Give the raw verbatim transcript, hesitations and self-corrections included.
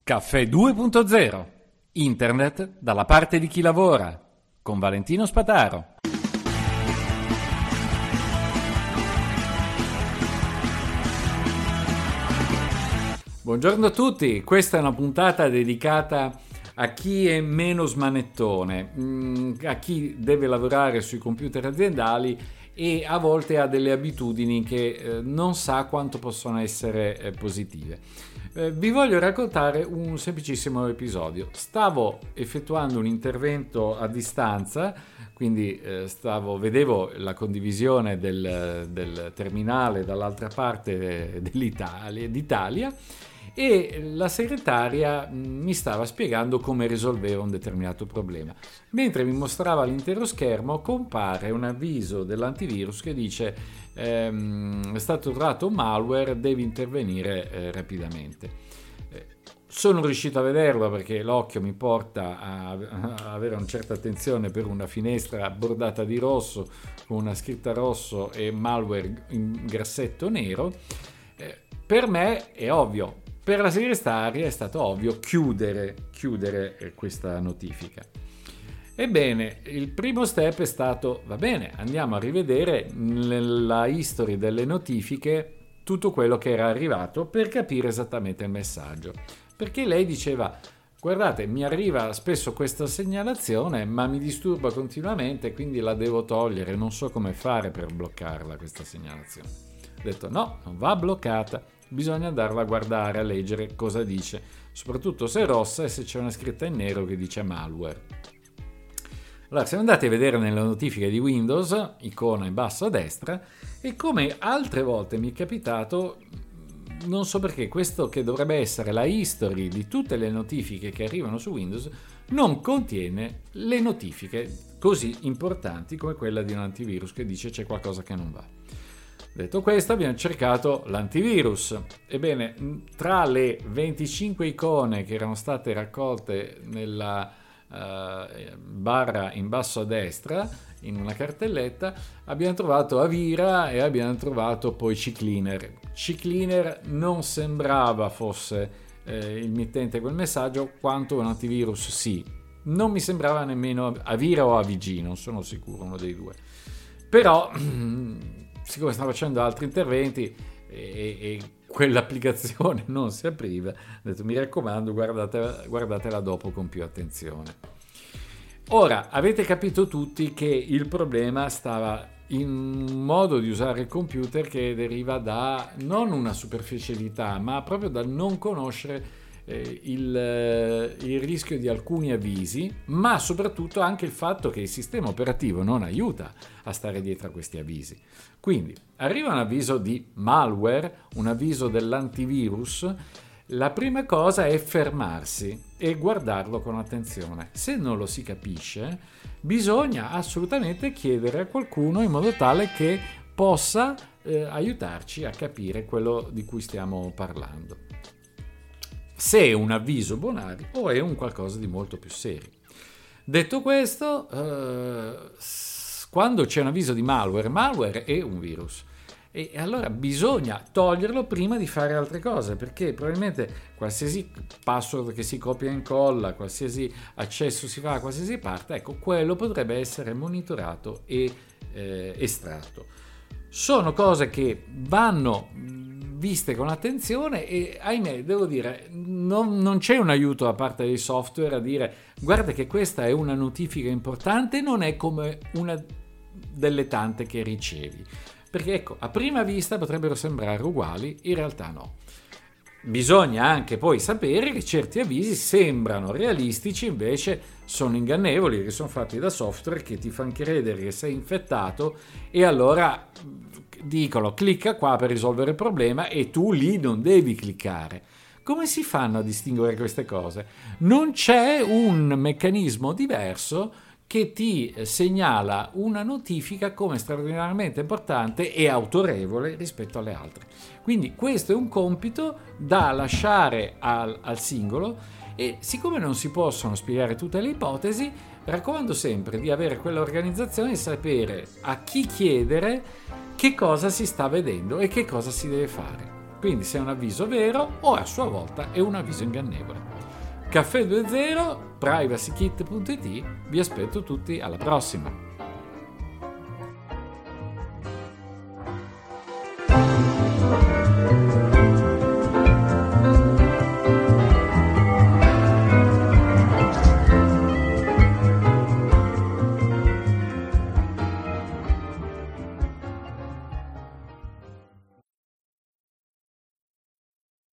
Caffè due punto zero. Internet dalla parte di chi lavora. Con Valentino Spataro. Buongiorno a tutti, questa è una puntata dedicata a chi è meno smanettone, a chi deve lavorare sui computer aziendali e a volte ha delle abitudini che non sa quanto possono essere positive. Vi voglio raccontare un semplicissimo episodio. Stavo effettuando un intervento a distanza, quindi eh, stavo, vedevo la condivisione del, del terminale dall'altra parte dell'Italia, d'Italia, e la segretaria mi stava spiegando come risolveva un determinato problema. Mentre mi mostrava l'intero schermo, compare un avviso dell'antivirus che dice ehm, è stato trovato un malware, devi intervenire eh, rapidamente. Eh, sono riuscito a vederlo perché l'occhio mi porta a, a avere una certa attenzione per una finestra bordata di rosso con una scritta rosso e malware in grassetto nero. Eh, per me è ovvio. Per la segretaria è stato ovvio chiudere, chiudere questa notifica. Ebbene, il primo step è stato, va bene, andiamo a rivedere nella history delle notifiche tutto quello che era arrivato per capire esattamente il messaggio. Perché lei diceva, guardate, mi arriva spesso questa segnalazione, ma mi disturba continuamente, quindi la devo togliere, non so come fare per bloccarla questa segnalazione. Ho detto, no, non va bloccata. Bisogna andarla a guardare, a leggere cosa dice, soprattutto se è rossa e se c'è una scritta in nero che dice malware. Allora siamo andati a vedere nelle notifiche di Windows, icona in basso a destra, e come altre volte mi è capitato, non so perché, questo che dovrebbe essere la history di tutte le notifiche che arrivano su Windows non contiene le notifiche così importanti come quella di un antivirus che dice c'è qualcosa che non va. Detto questo, abbiamo cercato l'antivirus. Ebbene, tra le venticinque icone che erano state raccolte nella uh, barra in basso a destra, in una cartelletta, abbiamo trovato Avira e abbiamo trovato poi CCleaner. CCleaner non sembrava fosse eh, il mittente quel messaggio, quanto un antivirus sì. Non mi sembrava nemmeno Avira o A V G, non sono sicuro, uno dei due. Però... siccome stavo facendo altri interventi e, e quell'applicazione non si apriva, ho detto mi raccomando guardatela, guardatela dopo con più attenzione. Ora avete capito tutti che il problema stava in un modo di usare il computer che deriva da non una superficialità ma proprio dal non conoscere eh, il, eh, il rischio di alcuni avvisi, ma soprattutto anche il fatto che il sistema operativo non aiuta a stare dietro a questi avvisi. Quindi arriva un avviso di malware, un avviso dell'antivirus, la prima cosa è fermarsi e guardarlo con attenzione. Se non lo si capisce, bisogna assolutamente chiedere a qualcuno in modo tale che possa eh, aiutarci a capire quello di cui stiamo parlando. Se è un avviso bonario o è un qualcosa di molto più serio. Detto questo, eh, quando c'è un avviso di malware, malware è un virus e allora bisogna toglierlo prima di fare altre cose, perché probabilmente qualsiasi password che si copia e incolla, qualsiasi accesso si fa a qualsiasi parte, ecco, quello potrebbe essere monitorato e eh, estratto. Sono cose che vanno viste con attenzione e ahimè devo dire non, non c'è un aiuto da parte dei software a dire guarda che questa è una notifica importante, non è come una delle tante che ricevi, perché ecco a prima vista potrebbero sembrare uguali, in realtà no. Bisogna anche poi sapere che certi avvisi sembrano realistici, invece sono ingannevoli, che sono fatti da software che ti fanno credere che sei infettato e allora dicono clicca qua per risolvere il problema e tu lì non devi cliccare. Come si fanno a distinguere queste cose? Non c'è un meccanismo diverso che ti segnala una notifica come straordinariamente importante e autorevole rispetto alle altre. Quindi questo è un compito da lasciare al, al singolo e siccome non si possono spiegare tutte le ipotesi, raccomando sempre di avere quell'organizzazione e sapere a chi chiedere che cosa si sta vedendo e che cosa si deve fare. Quindi se è un avviso vero o a sua volta è un avviso ingannevole. Caffè due zero, privacykit punto it, vi aspetto tutti alla prossima.